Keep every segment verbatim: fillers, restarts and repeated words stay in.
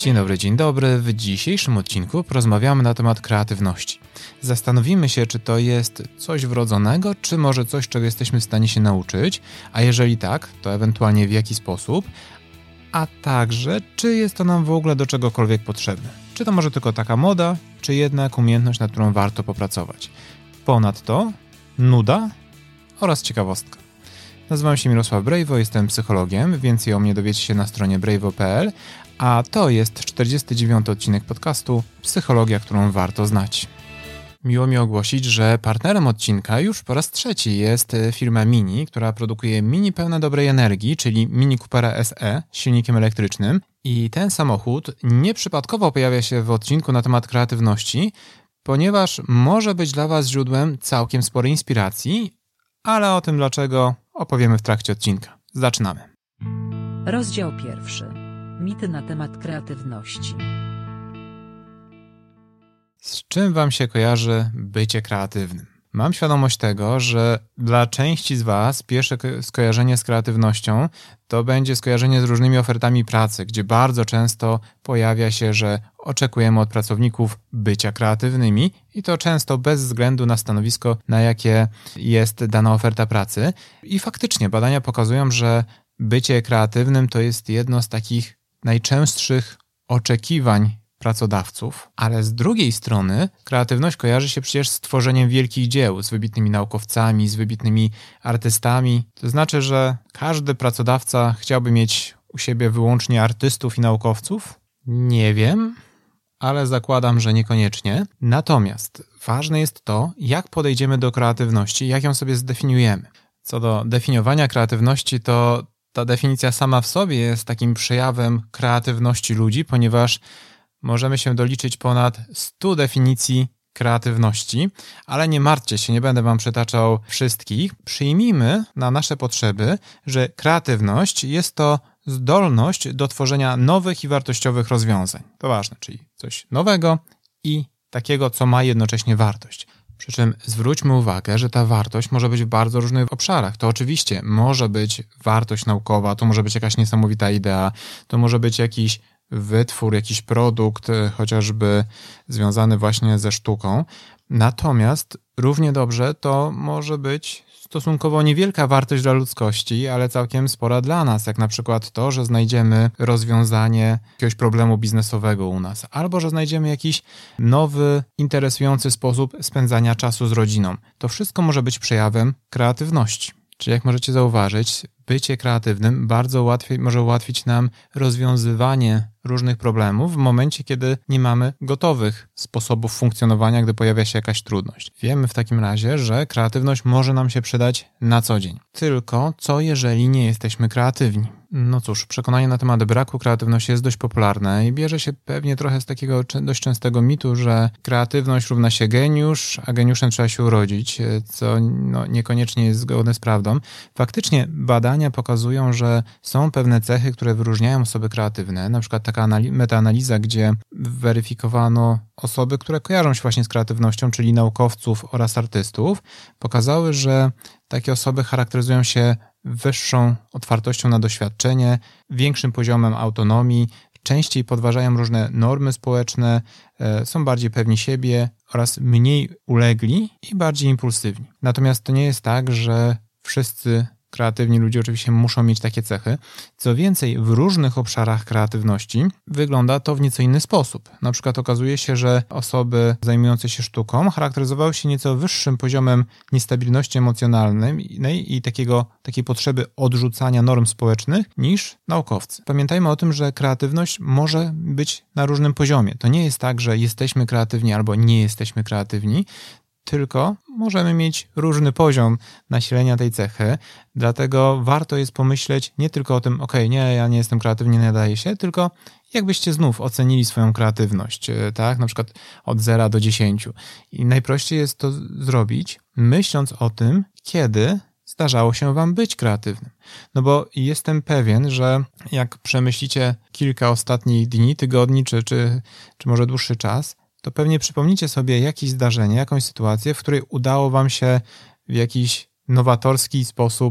Dzień dobry, dzień dobry. W dzisiejszym odcinku porozmawiamy na temat kreatywności. Zastanowimy się, czy to jest coś wrodzonego, czy może coś, czego jesteśmy w stanie się nauczyć, a jeżeli tak, to ewentualnie w jaki sposób, a także, czy jest to nam w ogóle do czegokolwiek potrzebne. Czy to może tylko taka moda, czy jednak umiejętność, nad którą warto popracować. Ponadto nuda oraz ciekawostka. Nazywam się Mirosław Brejwo, jestem psychologiem, więcej o mnie dowiecie się na stronie brejwo kropka pe el, a to jest czterdziesty dziewiąty odcinek podcastu Psychologia, którą warto znać. Miło mi ogłosić, że partnerem odcinka już po raz trzeci jest firma Mini, która produkuje Mini pełne dobrej energii, czyli Mini Coopera S E z silnikiem elektrycznym. I ten samochód nieprzypadkowo pojawia się w odcinku na temat kreatywności, ponieważ może być dla Was źródłem całkiem sporej inspiracji, ale o tym dlaczego opowiemy w trakcie odcinka. Zaczynamy. Rozdział pierwszy. Mity na temat kreatywności. Z czym Wam się kojarzy bycie kreatywnym? Mam świadomość tego, że dla części z Was pierwsze skojarzenie z kreatywnością to będzie skojarzenie z różnymi ofertami pracy, gdzie bardzo często pojawia się, że oczekujemy od pracowników bycia kreatywnymi i to często bez względu na stanowisko, na jakie jest dana oferta pracy. I faktycznie badania pokazują, że bycie kreatywnym to jest jedno z takich najczęstszych oczekiwań pracodawców, ale z drugiej strony kreatywność kojarzy się przecież z tworzeniem wielkich dzieł, z wybitnymi naukowcami, z wybitnymi artystami. To znaczy, że każdy pracodawca chciałby mieć u siebie wyłącznie artystów i naukowców? Nie wiem, ale zakładam, że niekoniecznie. Natomiast ważne jest to, jak podejdziemy do kreatywności, jak ją sobie zdefiniujemy. Co do definiowania kreatywności, to ta definicja sama w sobie jest takim przejawem kreatywności ludzi, ponieważ możemy się doliczyć ponad stu definicji kreatywności, ale nie martwcie się, nie będę Wam przytaczał wszystkich. Przyjmijmy na nasze potrzeby, że kreatywność jest to zdolność do tworzenia nowych i wartościowych rozwiązań. To ważne, czyli coś nowego i takiego, co ma jednocześnie wartość. Przy czym zwróćmy uwagę, że ta wartość może być w bardzo różnych obszarach. To oczywiście może być wartość naukowa, to może być jakaś niesamowita idea, to może być jakiś wytwór, jakiś produkt, chociażby związany właśnie ze sztuką. Natomiast równie dobrze to może być stosunkowo niewielka wartość dla ludzkości, ale całkiem spora dla nas, jak na przykład to, że znajdziemy rozwiązanie jakiegoś problemu biznesowego u nas, albo że znajdziemy jakiś nowy, interesujący sposób spędzania czasu z rodziną. To wszystko może być przejawem kreatywności. Czyli jak możecie zauważyć, bycie kreatywnym bardzo łatwiej, może ułatwić nam rozwiązywanie różnych problemów w momencie, kiedy nie mamy gotowych sposobów funkcjonowania, gdy pojawia się jakaś trudność. Wiemy w takim razie, że kreatywność może nam się przydać na co dzień. Tylko co jeżeli nie jesteśmy kreatywni? No cóż, przekonanie na temat braku kreatywności jest dość popularne i bierze się pewnie trochę z takiego dość częstego mitu, że kreatywność równa się geniusz, a geniuszem trzeba się urodzić, co no, niekoniecznie jest zgodne z prawdą. Faktycznie badania pokazują, że są pewne cechy, które wyróżniają osoby kreatywne, na przykład taka anali- metaanaliza, gdzie weryfikowano osoby, które kojarzą się właśnie z kreatywnością, czyli naukowców oraz artystów, pokazały, że takie osoby charakteryzują się wyższą otwartością na doświadczenie, większym poziomem autonomii, częściej podważają różne normy społeczne, są bardziej pewni siebie oraz mniej ulegli i bardziej impulsywni. Natomiast to nie jest tak, że wszyscy kreatywni ludzie oczywiście muszą mieć takie cechy. Co więcej, w różnych obszarach kreatywności wygląda to w nieco inny sposób. Na przykład okazuje się, że osoby zajmujące się sztuką charakteryzowały się nieco wyższym poziomem niestabilności emocjonalnej i takiego, takiej potrzeby odrzucania norm społecznych niż naukowcy. Pamiętajmy o tym, że kreatywność może być na różnym poziomie. To nie jest tak, że jesteśmy kreatywni albo nie jesteśmy kreatywni, tylko możemy mieć różny poziom nasilenia tej cechy, dlatego warto jest pomyśleć nie tylko o tym, ok, nie, ja nie jestem kreatywny, nie nadaję się, tylko jakbyście znów ocenili swoją kreatywność, tak, na przykład od zera do dziesięciu. I najprościej jest to zrobić, myśląc o tym, kiedy zdarzało się Wam być kreatywnym. No bo jestem pewien, że jak przemyślicie kilka ostatnich dni, tygodni, czy, czy, czy może dłuższy czas, to pewnie przypomnicie sobie jakieś zdarzenie, jakąś sytuację, w której udało Wam się w jakiś nowatorski sposób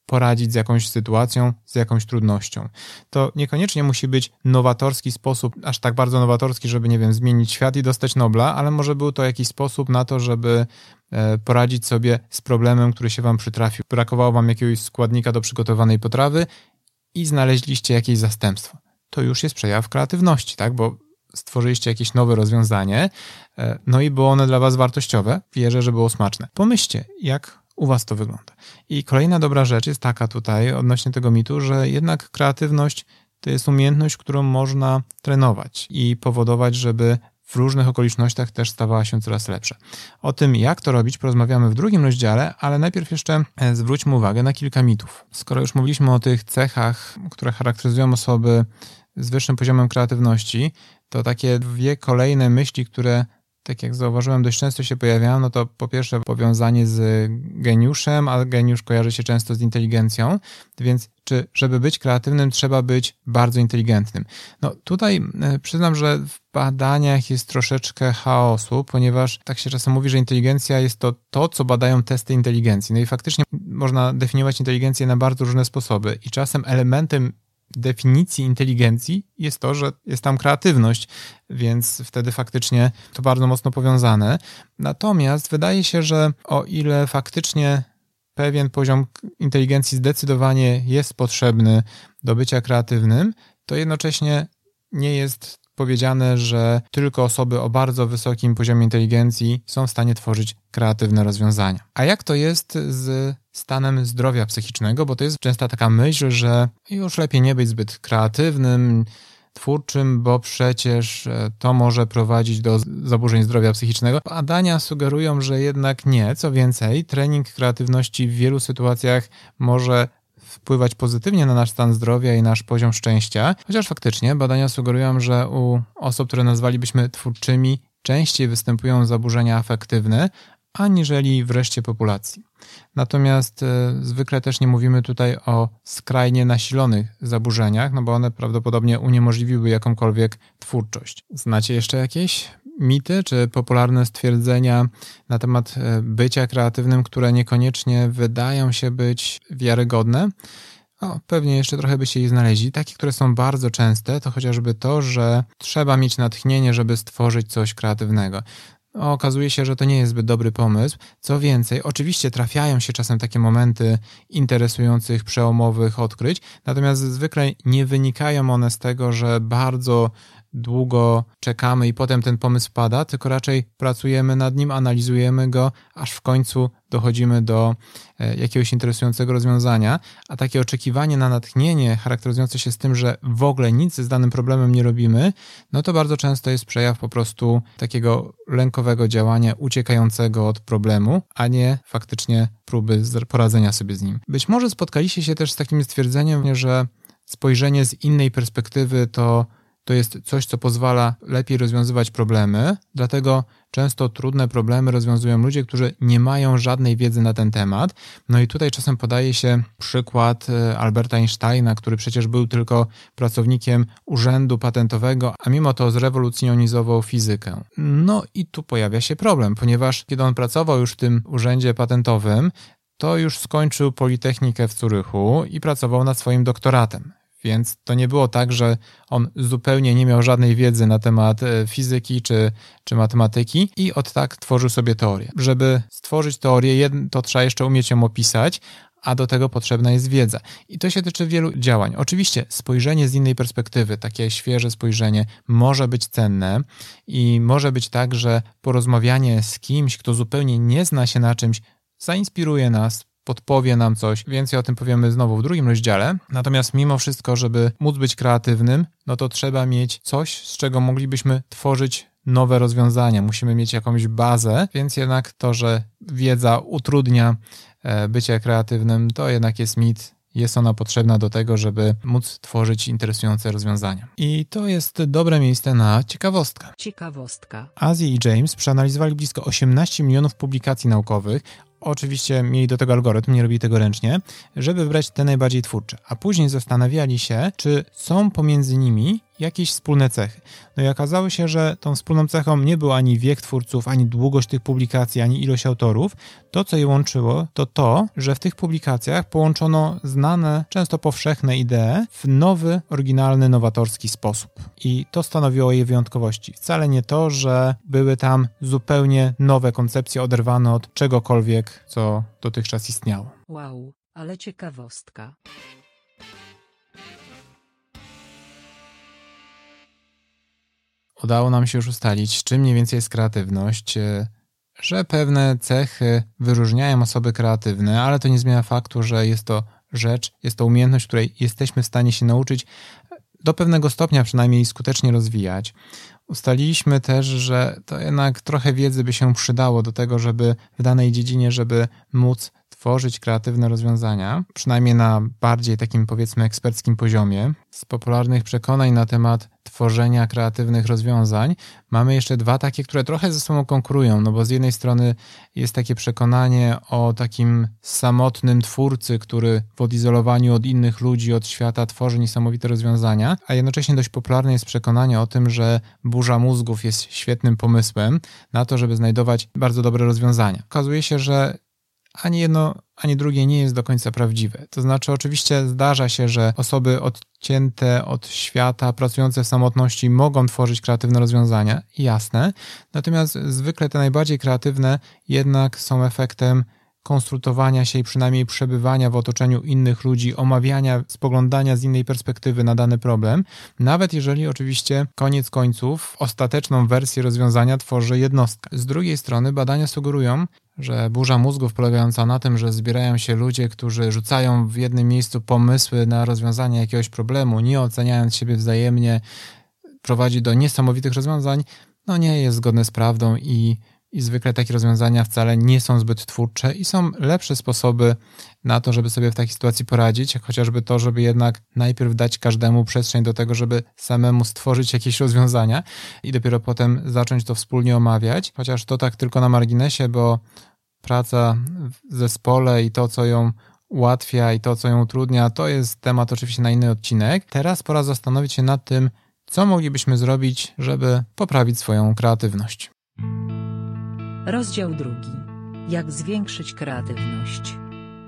poradzić z jakąś sytuacją, z jakąś trudnością. To niekoniecznie musi być nowatorski sposób, aż tak bardzo nowatorski, żeby, nie wiem, zmienić świat i dostać Nobla, ale może był to jakiś sposób na to, żeby poradzić sobie z problemem, który się wam przytrafił. Brakowało wam jakiegoś składnika do przygotowanej potrawy i znaleźliście jakieś zastępstwo. To już jest przejaw kreatywności, tak? Bo stworzyliście jakieś nowe rozwiązanie, no i było one dla was wartościowe. Wierzę, że było smaczne. Pomyślcie, jak u was to wygląda. I kolejna dobra rzecz jest taka tutaj odnośnie tego mitu, że jednak kreatywność to jest umiejętność, którą można trenować i powodować, żeby w różnych okolicznościach też stawała się coraz lepsza. O tym, jak to robić, porozmawiamy w drugim rozdziale, ale najpierw jeszcze zwróćmy uwagę na kilka mitów. Skoro już mówiliśmy o tych cechach, które charakteryzują osoby z wyższym poziomem kreatywności, to takie dwie kolejne myśli, które, tak jak zauważyłem, dość często się pojawiają, no to po pierwsze powiązanie z geniuszem, a geniusz kojarzy się często z inteligencją, więc czy żeby być kreatywnym trzeba być bardzo inteligentnym? No tutaj przyznam, że w badaniach jest troszeczkę chaosu, ponieważ tak się czasem mówi, że inteligencja jest to to, co badają testy inteligencji. No i faktycznie można definiować inteligencję na bardzo różne sposoby i czasem elementem definicji inteligencji jest to, że jest tam kreatywność, więc wtedy faktycznie to bardzo mocno powiązane. Natomiast wydaje się, że o ile faktycznie pewien poziom inteligencji zdecydowanie jest potrzebny do bycia kreatywnym, to jednocześnie nie jest powiedziane, że tylko osoby o bardzo wysokim poziomie inteligencji są w stanie tworzyć kreatywne rozwiązania. A jak to jest z stanem zdrowia psychicznego? Bo to jest często taka myśl, że już lepiej nie być zbyt kreatywnym, twórczym, bo przecież to może prowadzić do zaburzeń zdrowia psychicznego. Badania sugerują, że jednak nie. Co więcej, trening kreatywności w wielu sytuacjach może wpływać pozytywnie na nasz stan zdrowia i nasz poziom szczęścia, chociaż faktycznie badania sugerują, że u osób, które nazwalibyśmy twórczymi, częściej występują zaburzenia afektywne, aniżeli w reszcie populacji. Natomiast y, zwykle też nie mówimy tutaj o skrajnie nasilonych zaburzeniach, no bo one prawdopodobnie uniemożliwiłyby jakąkolwiek twórczość. Znacie jeszcze jakieś mity czy popularne stwierdzenia na temat bycia kreatywnym, które niekoniecznie wydają się być wiarygodne? O, pewnie jeszcze trochę by się ich znaleźli. Takie, które są bardzo częste, to chociażby to, że trzeba mieć natchnienie, żeby stworzyć coś kreatywnego. O, okazuje się, że to nie jest zbyt dobry pomysł. Co więcej, oczywiście trafiają się czasem takie momenty interesujących, przełomowych odkryć, natomiast zwykle nie wynikają one z tego, że bardzo długo czekamy i potem ten pomysł pada, tylko raczej pracujemy nad nim, analizujemy go, aż w końcu dochodzimy do jakiegoś interesującego rozwiązania, a takie oczekiwanie na natchnienie charakteryzujące się z tym, że w ogóle nic z danym problemem nie robimy, no to bardzo często jest przejaw po prostu takiego lękowego działania uciekającego od problemu, a nie faktycznie próby poradzenia sobie z nim. Być może spotkaliście się też z takim stwierdzeniem, że spojrzenie z innej perspektywy to To jest coś, co pozwala lepiej rozwiązywać problemy, dlatego często trudne problemy rozwiązują ludzie, którzy nie mają żadnej wiedzy na ten temat. No i tutaj czasem podaje się przykład Alberta Einsteina, który przecież był tylko pracownikiem urzędu patentowego, a mimo to zrewolucjonizował fizykę. No i tu pojawia się problem, ponieważ kiedy on pracował już w tym urzędzie patentowym, to już skończył Politechnikę w Zurychu i pracował nad swoim doktoratem. Więc to nie było tak, że on zupełnie nie miał żadnej wiedzy na temat fizyki czy, czy matematyki i od tak tworzył sobie teorię. Żeby stworzyć teorię, to trzeba jeszcze umieć ją opisać, a do tego potrzebna jest wiedza. I to się tyczy wielu działań. Oczywiście spojrzenie z innej perspektywy, takie świeże spojrzenie może być cenne i może być tak, że porozmawianie z kimś, kto zupełnie nie zna się na czymś, zainspiruje nas, podpowie nam coś. Więcej o tym powiemy znowu w drugim rozdziale. Natomiast mimo wszystko, żeby móc być kreatywnym, no to trzeba mieć coś, z czego moglibyśmy tworzyć nowe rozwiązania. Musimy mieć jakąś bazę, więc jednak to, że wiedza utrudnia bycie kreatywnym, to jednak jest mit. Jest ona potrzebna do tego, żeby móc tworzyć interesujące rozwiązania. I to jest dobre miejsce na ciekawostkę. Ciekawostka. Azji i James przeanalizowali blisko osiemnaście milionów publikacji naukowych, oczywiście mieli do tego algorytm, nie robili tego ręcznie, żeby wybrać te najbardziej twórcze, a później zastanawiali się, czy są pomiędzy nimi jakieś wspólne cechy. No i okazało się, że tą wspólną cechą nie był ani wiek twórców, ani długość tych publikacji, ani ilość autorów. To, co je łączyło, to to, że w tych publikacjach połączono znane, często powszechne idee w nowy, oryginalny, nowatorski sposób. I to stanowiło je wyjątkowości. Wcale nie to, że były tam zupełnie nowe koncepcje oderwane od czegokolwiek, co dotychczas istniało. Wow, ale ciekawostka. Udało nam się już ustalić, czym mniej więcej jest kreatywność, że pewne cechy wyróżniają osoby kreatywne, ale to nie zmienia faktu, że jest to rzecz, jest to umiejętność, której jesteśmy w stanie się nauczyć do pewnego stopnia przynajmniej skutecznie rozwijać. Ustaliliśmy też, że to jednak trochę wiedzy by się przydało do tego, żeby w danej dziedzinie, żeby móc tworzyć kreatywne rozwiązania, przynajmniej na bardziej takim, powiedzmy, eksperckim poziomie. Z popularnych przekonań na temat tworzenia kreatywnych rozwiązań mamy jeszcze dwa takie, które trochę ze sobą konkurują, no bo z jednej strony jest takie przekonanie o takim samotnym twórcy, który w odizolowaniu od innych ludzi, od świata tworzy niesamowite rozwiązania, a jednocześnie dość popularne jest przekonanie o tym, że burza mózgów jest świetnym pomysłem na to, żeby znajdować bardzo dobre rozwiązania. Okazuje się, że ani jedno, ani drugie nie jest do końca prawdziwe. To znaczy oczywiście zdarza się, że osoby odcięte od świata, pracujące w samotności mogą tworzyć kreatywne rozwiązania, jasne. Natomiast zwykle te najbardziej kreatywne jednak są efektem konsultowania się i przynajmniej przebywania w otoczeniu innych ludzi, omawiania, spoglądania z innej perspektywy na dany problem, nawet jeżeli oczywiście koniec końców ostateczną wersję rozwiązania tworzy jednostka. Z drugiej strony badania sugerują, że burza mózgów polegająca na tym, że zbierają się ludzie, którzy rzucają w jednym miejscu pomysły na rozwiązanie jakiegoś problemu, nie oceniając siebie wzajemnie, prowadzi do niesamowitych rozwiązań, no nie jest zgodne z prawdą i I zwykle takie rozwiązania wcale nie są zbyt twórcze i są lepsze sposoby na to, żeby sobie w takiej sytuacji poradzić, jak chociażby to, żeby jednak najpierw dać każdemu przestrzeń do tego, żeby samemu stworzyć jakieś rozwiązania i dopiero potem zacząć to wspólnie omawiać. Chociaż to tak tylko na marginesie, bo praca w zespole i to, co ją ułatwia i to, co ją utrudnia, to jest temat oczywiście na inny odcinek. Teraz pora zastanowić się nad tym, co moglibyśmy zrobić, żeby poprawić swoją kreatywność. Rozdział drugi. Jak zwiększyć kreatywność?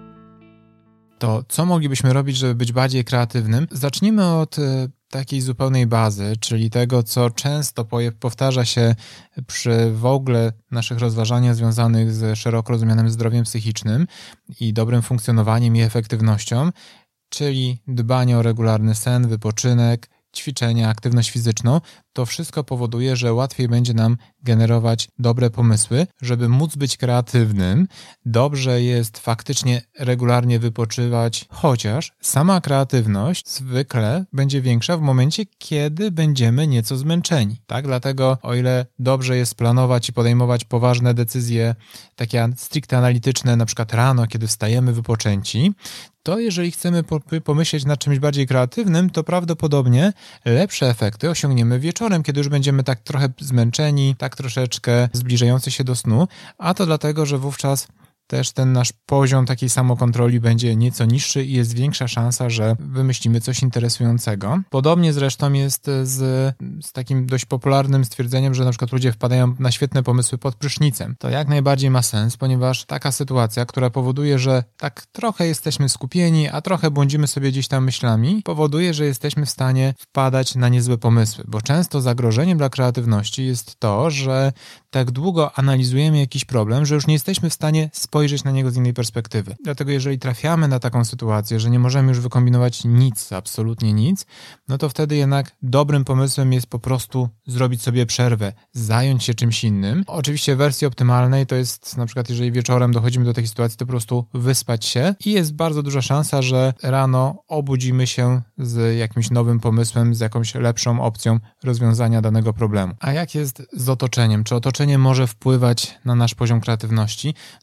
To co moglibyśmy robić, żeby być bardziej kreatywnym? Zacznijmy od y, takiej zupełnej bazy, czyli tego, co często poje, powtarza się przy w ogóle naszych rozważaniach związanych z szeroko rozumianym zdrowiem psychicznym i dobrym funkcjonowaniem i efektywnością, czyli dbanie o regularny sen, wypoczynek, ćwiczenia, aktywność fizyczną. To wszystko powoduje, że łatwiej będzie nam generować dobre pomysły, żeby móc być kreatywnym. Dobrze jest faktycznie regularnie wypoczywać, chociaż sama kreatywność zwykle będzie większa w momencie, kiedy będziemy nieco zmęczeni. Tak? Dlatego o ile dobrze jest planować i podejmować poważne decyzje, takie stricte analityczne, na przykład rano, kiedy wstajemy wypoczęci, to jeżeli chcemy pomyśleć nad czymś bardziej kreatywnym, to prawdopodobnie lepsze efekty osiągniemy wieczorem, kiedy już będziemy tak trochę zmęczeni, tak troszeczkę zbliżający się do snu, a to dlatego, że wówczas też ten nasz poziom takiej samokontroli będzie nieco niższy i jest większa szansa, że wymyślimy coś interesującego. Podobnie zresztą jest z, z takim dość popularnym stwierdzeniem, że na przykład ludzie wpadają na świetne pomysły pod prysznicem. To jak najbardziej ma sens, ponieważ taka sytuacja, która powoduje, że tak trochę jesteśmy skupieni, a trochę błądzimy sobie gdzieś tam myślami, powoduje, że jesteśmy w stanie wpadać na niezłe pomysły, bo często zagrożeniem dla kreatywności jest to, że tak długo analizujemy jakiś problem, że już nie jesteśmy w stanie spojrzeć na niego z innej perspektywy. Dlatego jeżeli trafiamy na taką sytuację, że nie możemy już wykombinować nic, absolutnie nic, no to wtedy jednak dobrym pomysłem jest po prostu zrobić sobie przerwę, zająć się czymś innym. Oczywiście w wersji optymalnej to jest na przykład, jeżeli wieczorem dochodzimy do takiej sytuacji, to po prostu wyspać się i jest bardzo duża szansa, że rano obudzimy się z jakimś nowym pomysłem, z jakąś lepszą opcją rozwiązania danego problemu. A jak jest z otoczeniem? Czy otoczenie może wpływać na nasz poziom kreatywności? No oczywiście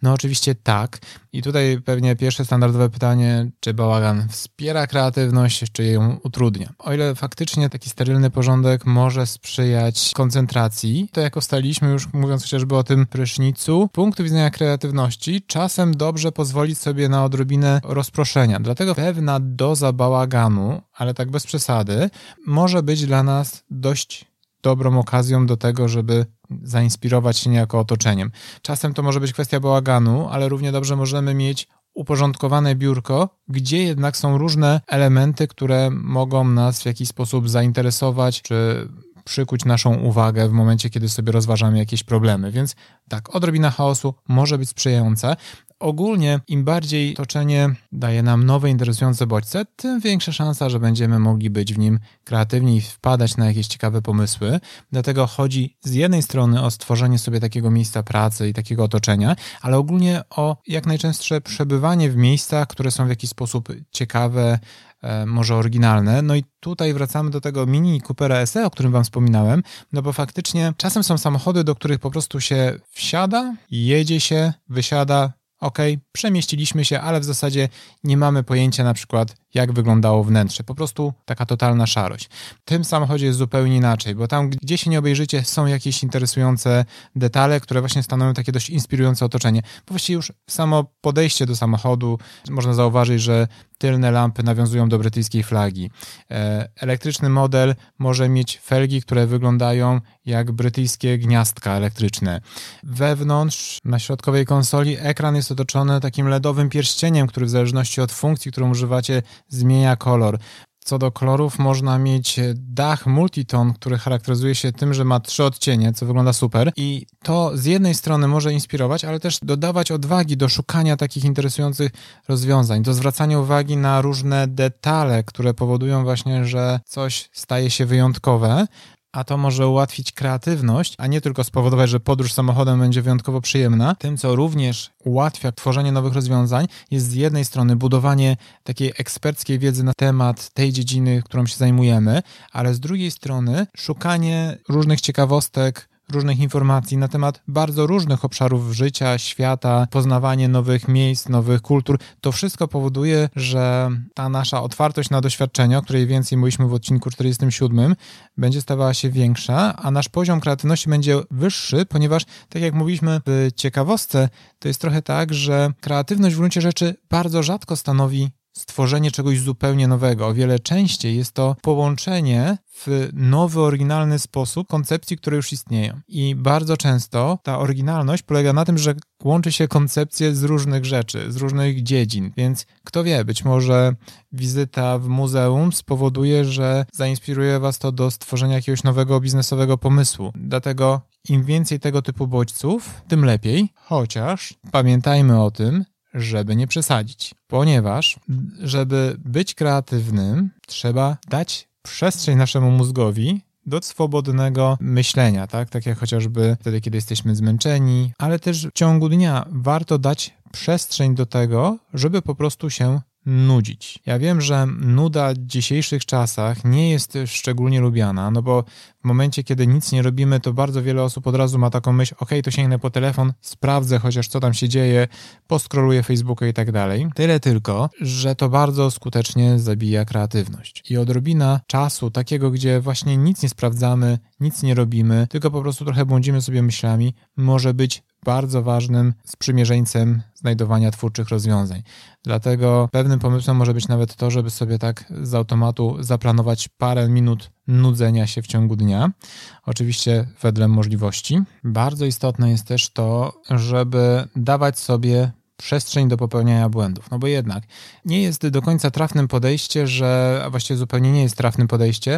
Oczywiście tak. I tutaj pewnie pierwsze standardowe pytanie, czy bałagan wspiera kreatywność, czy ją utrudnia. O ile faktycznie taki sterylny porządek może sprzyjać koncentracji, to jak ustaliliśmy już, mówiąc chociażby o tym prysznicu, z punktu widzenia kreatywności czasem dobrze pozwolić sobie na odrobinę rozproszenia. Dlatego pewna doza bałaganu, ale tak bez przesady, może być dla nas dość dobrą okazją do tego, żeby zainspirować się niejako otoczeniem. Czasem to może być kwestia bałaganu, ale równie dobrze możemy mieć uporządkowane biurko, gdzie jednak są różne elementy, które mogą nas w jakiś sposób zainteresować, czy przykuć naszą uwagę w momencie, kiedy sobie rozważamy jakieś problemy. Więc tak, odrobina chaosu może być sprzyjająca. Ogólnie im bardziej otoczenie daje nam nowe, interesujące bodźce, tym większa szansa, że będziemy mogli być w nim kreatywni i wpadać na jakieś ciekawe pomysły. Dlatego chodzi z jednej strony o stworzenie sobie takiego miejsca pracy i takiego otoczenia, ale ogólnie o jak najczęstsze przebywanie w miejscach, które są w jakiś sposób ciekawe, może oryginalne. No i tutaj wracamy do tego Mini Coopera S E, o którym wam wspominałem, no bo faktycznie czasem są samochody, do których po prostu się wsiada, jedzie się, wysiada, ok, przemieściliśmy się, ale w zasadzie nie mamy pojęcia na przykład, jak wyglądało wnętrze. Po prostu taka totalna szarość. W tym samochodzie jest zupełnie inaczej, bo tam, gdzie się nie obejrzycie, są jakieś interesujące detale, które właśnie stanowią takie dość inspirujące otoczenie. Bo właściwie już samo podejście do samochodu, można zauważyć, że tylne lampy nawiązują do brytyjskiej flagi. Elektryczny model może mieć felgi, które wyglądają jak brytyjskie gniazdka elektryczne. Wewnątrz, na środkowej konsoli, ekran jest otoczony takim ledowym pierścieniem, który w zależności od funkcji, którą używacie, zmienia kolor. Co do kolorów, można mieć dach multiton, który charakteryzuje się tym, że ma trzy odcienie, co wygląda super. I to z jednej strony może inspirować, ale też dodawać odwagi do szukania takich interesujących rozwiązań, do zwracania uwagi na różne detale, które powodują właśnie, że coś staje się wyjątkowe. A to może ułatwić kreatywność, a nie tylko spowodować, że podróż samochodem będzie wyjątkowo przyjemna. Tym, co również ułatwia tworzenie nowych rozwiązań, jest z jednej strony budowanie takiej eksperckiej wiedzy na temat tej dziedziny, którą się zajmujemy, ale z drugiej strony szukanie różnych ciekawostek, różnych informacji na temat bardzo różnych obszarów życia, świata, poznawanie nowych miejsc, nowych kultur. To wszystko powoduje, że ta nasza otwartość na doświadczenia, o której więcej mówiliśmy w odcinku czterdziestym siódmym, będzie stawała się większa, a nasz poziom kreatywności będzie wyższy, ponieważ, tak jak mówiliśmy w ciekawostce, to jest trochę tak, że kreatywność w gruncie rzeczy bardzo rzadko stanowi stworzenie czegoś zupełnie nowego. O wiele częściej jest to połączenie w nowy, oryginalny sposób koncepcji, które już istnieją. I bardzo często ta oryginalność polega na tym, że łączy się koncepcje z różnych rzeczy, z różnych dziedzin. Więc kto wie, być może wizyta w muzeum spowoduje, że zainspiruje was to do stworzenia jakiegoś nowego biznesowego pomysłu. Dlatego im więcej tego typu bodźców, tym lepiej. Chociaż pamiętajmy o tym, żeby nie przesadzić. Ponieważ, żeby być kreatywnym, trzeba dać przestrzeń naszemu mózgowi do swobodnego myślenia, tak? Tak jak chociażby wtedy, kiedy jesteśmy zmęczeni, ale też w ciągu dnia warto dać przestrzeń do tego, żeby po prostu się nudzić. Ja wiem, że nuda w dzisiejszych czasach nie jest szczególnie lubiana, no bo w momencie, kiedy nic nie robimy, to bardzo wiele osób od razu ma taką myśl, ok, to sięgnę po telefon, sprawdzę chociaż co tam się dzieje, poskroluję Facebooka i tak dalej. Tyle tylko, że to bardzo skutecznie zabija kreatywność. I odrobina czasu takiego, gdzie właśnie nic nie sprawdzamy, nic nie robimy, tylko po prostu trochę błądzimy sobie myślami, może być bardzo ważnym sprzymierzeńcem znajdowania twórczych rozwiązań. Dlatego pewnym pomysłem może być nawet to, żeby sobie tak z automatu zaplanować parę minut nudzenia się w ciągu dnia. Oczywiście wedle możliwości. Bardzo istotne jest też to, żeby dawać sobie przestrzeń do popełniania błędów. No bo jednak nie jest do końca trafnym podejście, że, a właściwie zupełnie nie jest trafnym podejście,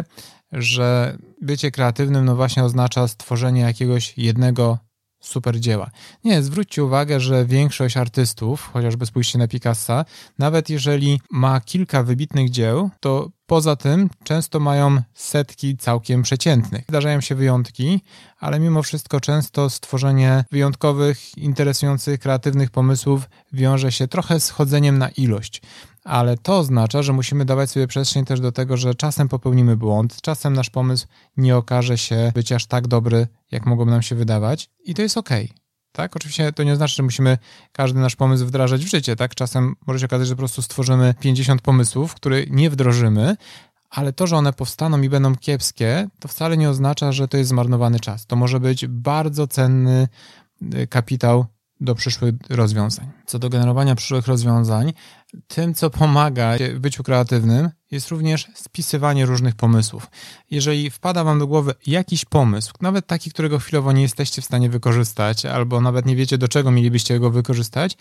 że bycie kreatywnym no właśnie oznacza stworzenie jakiegoś jednego super dzieła. Nie, zwróćcie uwagę, że większość artystów, chociażby spójrzcie na Picassa, nawet jeżeli ma kilka wybitnych dzieł, to poza tym często mają setki całkiem przeciętnych. Zdarzają się wyjątki, ale mimo wszystko często stworzenie wyjątkowych, interesujących, kreatywnych pomysłów wiąże się trochę z chodzeniem na ilość. Ale to oznacza, że musimy dawać sobie przestrzeń też do tego, że czasem popełnimy błąd, czasem nasz pomysł nie okaże się być aż tak dobry, jak mogłoby nam się wydawać i to jest okej. Tak, oczywiście to nie oznacza, że musimy każdy nasz pomysł wdrażać w życie, tak? Czasem może się okazać, że po prostu stworzymy pięćdziesiąt pomysłów, które nie wdrożymy, ale to, że one powstaną i będą kiepskie, to wcale nie oznacza, że to jest zmarnowany czas. To może być bardzo cenny kapitał do przyszłych rozwiązań. Co do generowania przyszłych rozwiązań, tym, co pomaga w byciu kreatywnym, jest również spisywanie różnych pomysłów. Jeżeli wpada wam do głowy jakiś pomysł, nawet taki, którego chwilowo nie jesteście w stanie wykorzystać, albo nawet nie wiecie, do czego mielibyście go wykorzystać,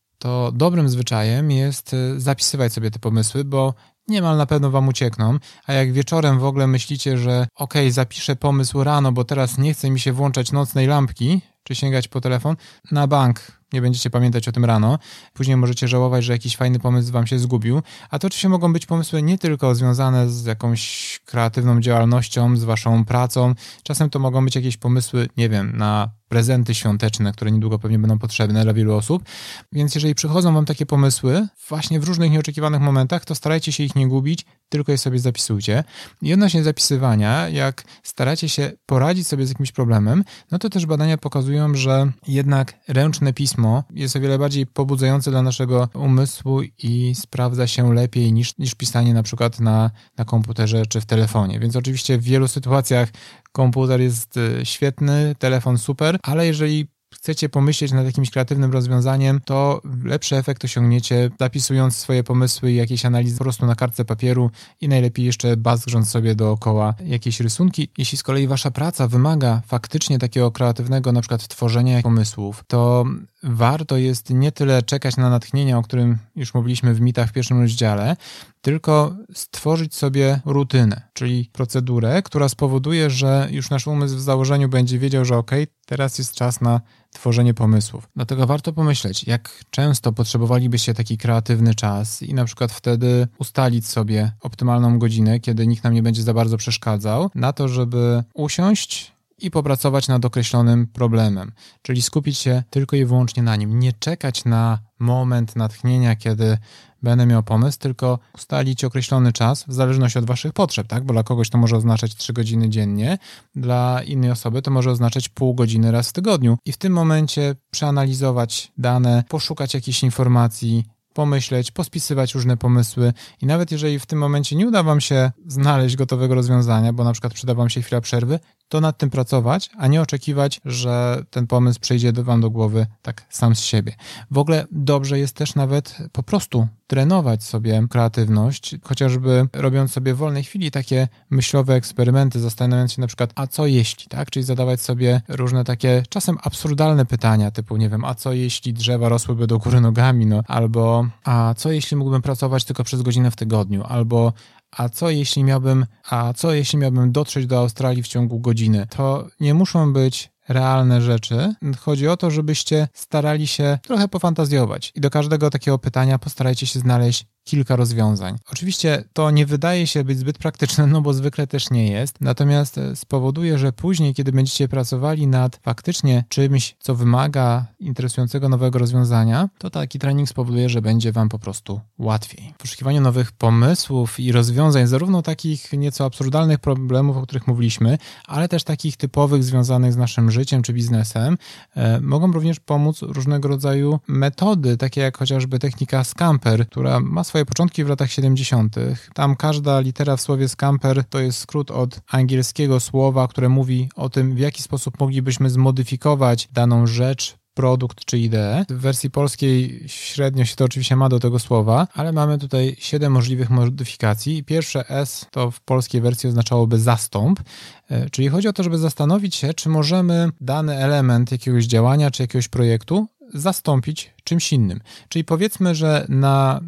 to dobrym zwyczajem jest zapisywać sobie te pomysły, bo niemal na pewno wam uciekną, a jak wieczorem w ogóle myślicie, że okej, okay, zapiszę pomysł rano, bo teraz nie chce mi się włączać nocnej lampki, czy sięgać po telefon, na bank nie będziecie pamiętać o tym rano. Później możecie żałować, że jakiś fajny pomysł wam się zgubił. A to oczywiście mogą być pomysły nie tylko związane z jakąś kreatywną działalnością, z waszą pracą. Czasem to mogą być jakieś pomysły, nie wiem, na prezenty świąteczne, które niedługo pewnie będą potrzebne dla wielu osób. Więc jeżeli przychodzą wam takie pomysły właśnie w różnych nieoczekiwanych momentach, to starajcie się ich nie gubić, tylko je sobie zapisujcie. I odnośnie zapisywania, jak staracie się poradzić sobie z jakimś problemem, no to też badania pokazują, że jednak ręczne pismo jest o wiele bardziej pobudzające dla naszego umysłu i sprawdza się lepiej niż, niż pisanie na przykład na, na komputerze czy w telefonie. Więc oczywiście w wielu sytuacjach komputer jest świetny, telefon super, ale jeżeli chcecie pomyśleć nad jakimś kreatywnym rozwiązaniem, to lepszy efekt osiągniecie zapisując swoje pomysły i jakieś analizy po prostu na kartce papieru i najlepiej jeszcze bazgrząc sobie dookoła jakieś rysunki. Jeśli z kolei wasza praca wymaga faktycznie takiego kreatywnego na przykład tworzenia pomysłów, to warto jest nie tyle czekać na natchnienie, o którym już mówiliśmy w mitach w pierwszym rozdziale, tylko stworzyć sobie rutynę, czyli procedurę, która spowoduje, że już nasz umysł w założeniu będzie wiedział, że okej, teraz jest czas na tworzenie pomysłów. Dlatego warto pomyśleć, jak często potrzebowalibyście taki kreatywny czas i na przykład wtedy ustalić sobie optymalną godzinę, kiedy nikt nam nie będzie za bardzo przeszkadzał, na to, żeby usiąść i popracować nad określonym problemem, czyli skupić się tylko i wyłącznie na nim. Nie czekać na moment natchnienia, kiedy będę miał pomysł, tylko ustalić określony czas w zależności od waszych potrzeb, tak? Bo dla kogoś to może oznaczać trzy godziny dziennie, dla innej osoby to może oznaczać pół godziny raz w tygodniu i w tym momencie przeanalizować dane, poszukać jakichś informacji, pomyśleć, pospisywać różne pomysły i nawet jeżeli w tym momencie nie uda wam się znaleźć gotowego rozwiązania, bo na przykład przyda wam się chwila przerwy, to nad tym pracować, a nie oczekiwać, że ten pomysł przyjdzie do wam do głowy tak sam z siebie. W ogóle dobrze jest też nawet po prostu trenować sobie kreatywność, chociażby robiąc sobie w wolnej chwili takie myślowe eksperymenty, zastanawiając się na przykład, a co jeśli, tak? Czyli zadawać sobie różne takie czasem absurdalne pytania, typu, nie wiem, a co jeśli drzewa rosłyby do góry nogami, no, albo a co jeśli mógłbym pracować tylko przez godzinę w tygodniu, albo a co jeśli miałbym, a co jeśli miałbym dotrzeć do Australii w ciągu godziny? To nie muszą być realne rzeczy. Chodzi o to, żebyście starali się trochę pofantazjować i do każdego takiego pytania postarajcie się znaleźć kilka rozwiązań. Oczywiście to nie wydaje się być zbyt praktyczne, no bo zwykle też nie jest, natomiast spowoduje, że później, kiedy będziecie pracowali nad faktycznie czymś, co wymaga interesującego nowego rozwiązania, to taki trening spowoduje, że będzie wam po prostu łatwiej. W poszukiwaniu nowych pomysłów i rozwiązań, zarówno takich nieco absurdalnych problemów, o których mówiliśmy, ale też takich typowych, związanych z naszym życiem czy biznesem, e, mogą również pomóc różnego rodzaju metody, takie jak chociażby technika Scamper, która ma swoje początki w latach siedemdziesiątych. Tam każda litera w słowie Scamper to jest skrót od angielskiego słowa, które mówi o tym, w jaki sposób moglibyśmy zmodyfikować daną rzecz, produkt czy ideę. W wersji polskiej średnio się to oczywiście ma do tego słowa, ale mamy tutaj siedem możliwych modyfikacji. Pierwsze S to w polskiej wersji oznaczałoby zastąp, czyli chodzi o to, żeby zastanowić się, czy możemy dany element jakiegoś działania czy jakiegoś projektu zastąpić czymś innym. Czyli powiedzmy, że na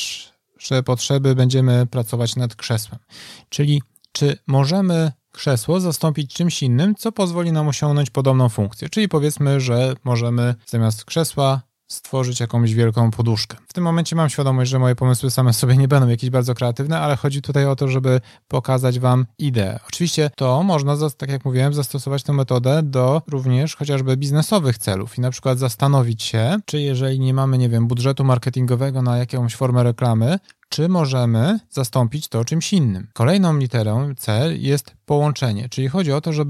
nasze potrzeby będziemy pracować nad krzesłem. Czyli czy możemy krzesło zastąpić czymś innym, co pozwoli nam osiągnąć podobną funkcję. Czyli powiedzmy, że możemy zamiast krzesła stworzyć jakąś wielką poduszkę. W tym momencie mam świadomość, że moje pomysły same sobie nie będą jakieś bardzo kreatywne, ale chodzi tutaj o to, żeby pokazać wam ideę. Oczywiście to można, tak jak mówiłem, zastosować tę metodę do również chociażby biznesowych celów i na przykład zastanowić się, czy jeżeli nie mamy, nie wiem, budżetu marketingowego na jakąś formę reklamy, czy możemy zastąpić to czymś innym. Kolejną literą C jest połączenie, czyli chodzi o to, żeby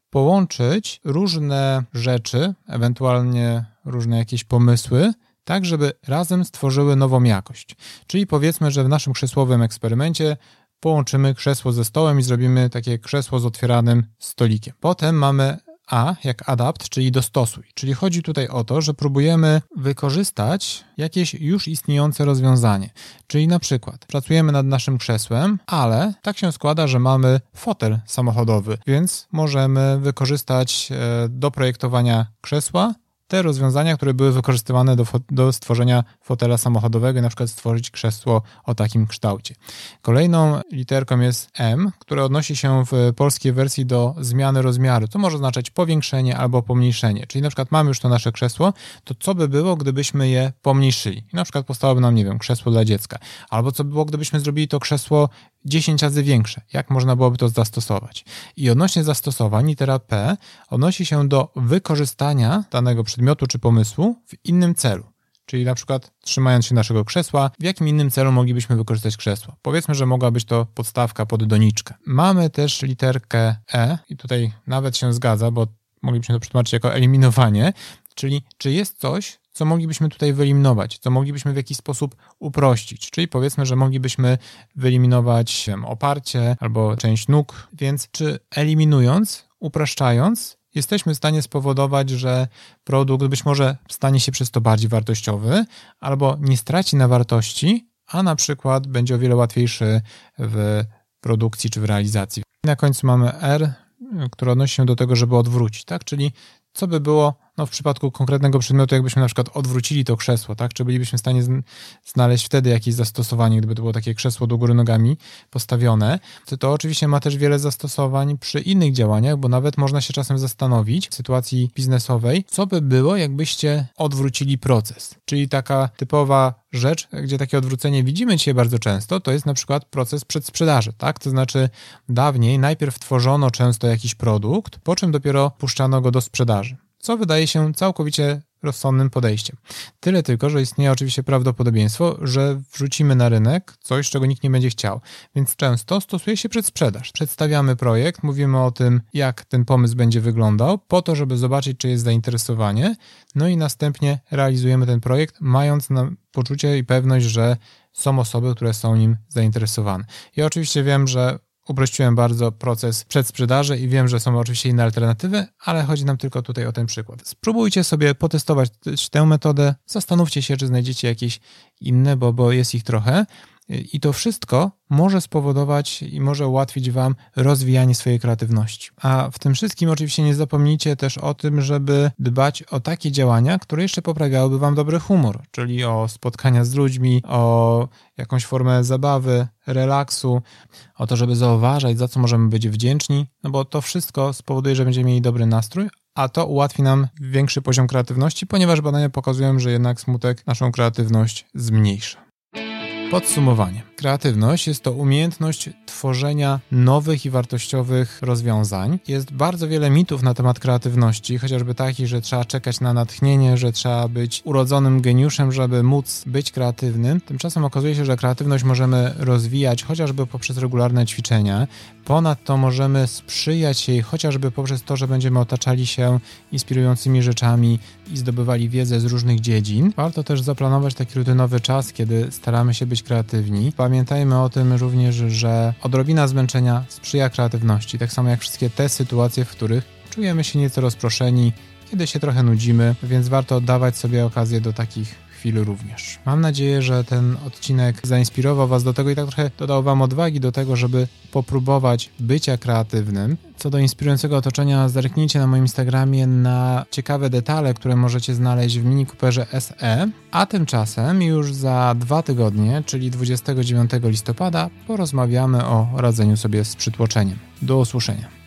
połączyć różne rzeczy, ewentualnie różne jakieś pomysły, tak żeby razem stworzyły nową jakość. Czyli powiedzmy, że w naszym krzesłowym eksperymencie połączymy krzesło ze stołem i zrobimy takie krzesło z otwieranym stolikiem. Potem mamy A jak adapt, czyli dostosuj. Czyli chodzi tutaj o to, że próbujemy wykorzystać jakieś już istniejące rozwiązanie. Czyli na przykład pracujemy nad naszym krzesłem, ale tak się składa, że mamy fotel samochodowy, więc możemy wykorzystać do projektowania krzesła te rozwiązania, które były wykorzystywane do, do stworzenia fotela samochodowego i na przykład stworzyć krzesło o takim kształcie. Kolejną literką jest M, która odnosi się w polskiej wersji do zmiany rozmiaru, co może oznaczać powiększenie albo pomniejszenie. Czyli na przykład mamy już to nasze krzesło, to co by było, gdybyśmy je pomniejszyli? I na przykład powstałoby nam, nie wiem, krzesło dla dziecka. Albo co by było, gdybyśmy zrobili to krzesło dziesięć razy większe. Jak można byłoby to zastosować? I odnośnie zastosowań, litera P odnosi się do wykorzystania danego przedmiotu czy pomysłu w innym celu. Czyli na przykład trzymając się naszego krzesła, w jakim innym celu moglibyśmy wykorzystać krzesło? Powiedzmy, że mogła być to podstawka pod doniczkę. Mamy też literkę E i tutaj nawet się zgadza, bo moglibyśmy to przetłumaczyć jako eliminowanie, czyli czy jest coś, co moglibyśmy tutaj wyeliminować, co moglibyśmy w jakiś sposób uprościć. Czyli powiedzmy, że moglibyśmy wyeliminować wiem, oparcie albo część nóg, więc czy eliminując, upraszczając, jesteśmy w stanie spowodować, że produkt być może stanie się przez to bardziej wartościowy albo nie straci na wartości, a na przykład będzie o wiele łatwiejszy w produkcji czy w realizacji. I na końcu mamy R, które odnosi się do tego, żeby odwrócić, tak? Czyli co by było no, w przypadku konkretnego przedmiotu, jakbyśmy na przykład odwrócili to krzesło, tak? Czy bylibyśmy w stanie znaleźć wtedy jakieś zastosowanie, gdyby to było takie krzesło do góry nogami postawione. To, to oczywiście ma też wiele zastosowań przy innych działaniach, bo nawet można się czasem zastanowić w sytuacji biznesowej, co by było, jakbyście odwrócili proces. Czyli taka typowa rzecz, gdzie takie odwrócenie widzimy dzisiaj bardzo często, to jest na przykład proces przedsprzedaży, tak? To znaczy dawniej najpierw tworzono często jakiś produkt, po czym dopiero puszczano go do sprzedaży, co wydaje się całkowicie rozsądnym podejściem. Tyle tylko, że istnieje oczywiście prawdopodobieństwo, że wrzucimy na rynek coś, czego nikt nie będzie chciał. Więc często stosuje się przedsprzedaż. Przedstawiamy projekt, mówimy o tym, jak ten pomysł będzie wyglądał, po to, żeby zobaczyć, czy jest zainteresowanie, no i następnie realizujemy ten projekt, mając na poczucie i pewność, że są osoby, które są nim zainteresowane. Ja oczywiście wiem, że uprościłem bardzo proces przedsprzedaży i wiem, że są oczywiście inne alternatywy, ale chodzi nam tylko tutaj o ten przykład. Spróbujcie sobie potestować tę metodę, zastanówcie się, czy znajdziecie jakieś inne, bo, bo jest ich trochę. I to wszystko może spowodować i może ułatwić Wam rozwijanie swojej kreatywności. A w tym wszystkim oczywiście nie zapomnijcie też o tym, żeby dbać o takie działania, które jeszcze poprawiałyby Wam dobry humor, czyli o spotkania z ludźmi, o jakąś formę zabawy, relaksu, o to, żeby zauważać, za co możemy być wdzięczni, no bo to wszystko spowoduje, że będziemy mieli dobry nastrój, a to ułatwi nam większy poziom kreatywności, ponieważ badania pokazują, że jednak smutek naszą kreatywność zmniejsza. Podsumowanie. Kreatywność jest to umiejętność tworzenia nowych i wartościowych rozwiązań. Jest bardzo wiele mitów na temat kreatywności, chociażby takich, że trzeba czekać na natchnienie, że trzeba być urodzonym geniuszem, żeby móc być kreatywnym. Tymczasem okazuje się, że kreatywność możemy rozwijać chociażby poprzez regularne ćwiczenia. Ponadto możemy sprzyjać jej chociażby poprzez to, że będziemy otaczali się inspirującymi rzeczami i zdobywali wiedzę z różnych dziedzin. Warto też zaplanować taki rutynowy czas, kiedy staramy się być kreatywni. Pamiętajmy o tym również, że odrobina zmęczenia sprzyja kreatywności, tak samo jak wszystkie te sytuacje, w których czujemy się nieco rozproszeni, kiedy się trochę nudzimy, więc warto dawać sobie okazję do takich chwil również. Mam nadzieję, że ten odcinek zainspirował Was do tego i tak trochę dodał Wam odwagi do tego, żeby popróbować bycia kreatywnym. Co do inspirującego otoczenia, zerknijcie na moim Instagramie na ciekawe detale, które możecie znaleźć w Mini Cooperze S E, a tymczasem już za dwa tygodnie, czyli dwudziestego dziewiątego listopada, porozmawiamy o radzeniu sobie z przytłoczeniem. Do usłyszenia.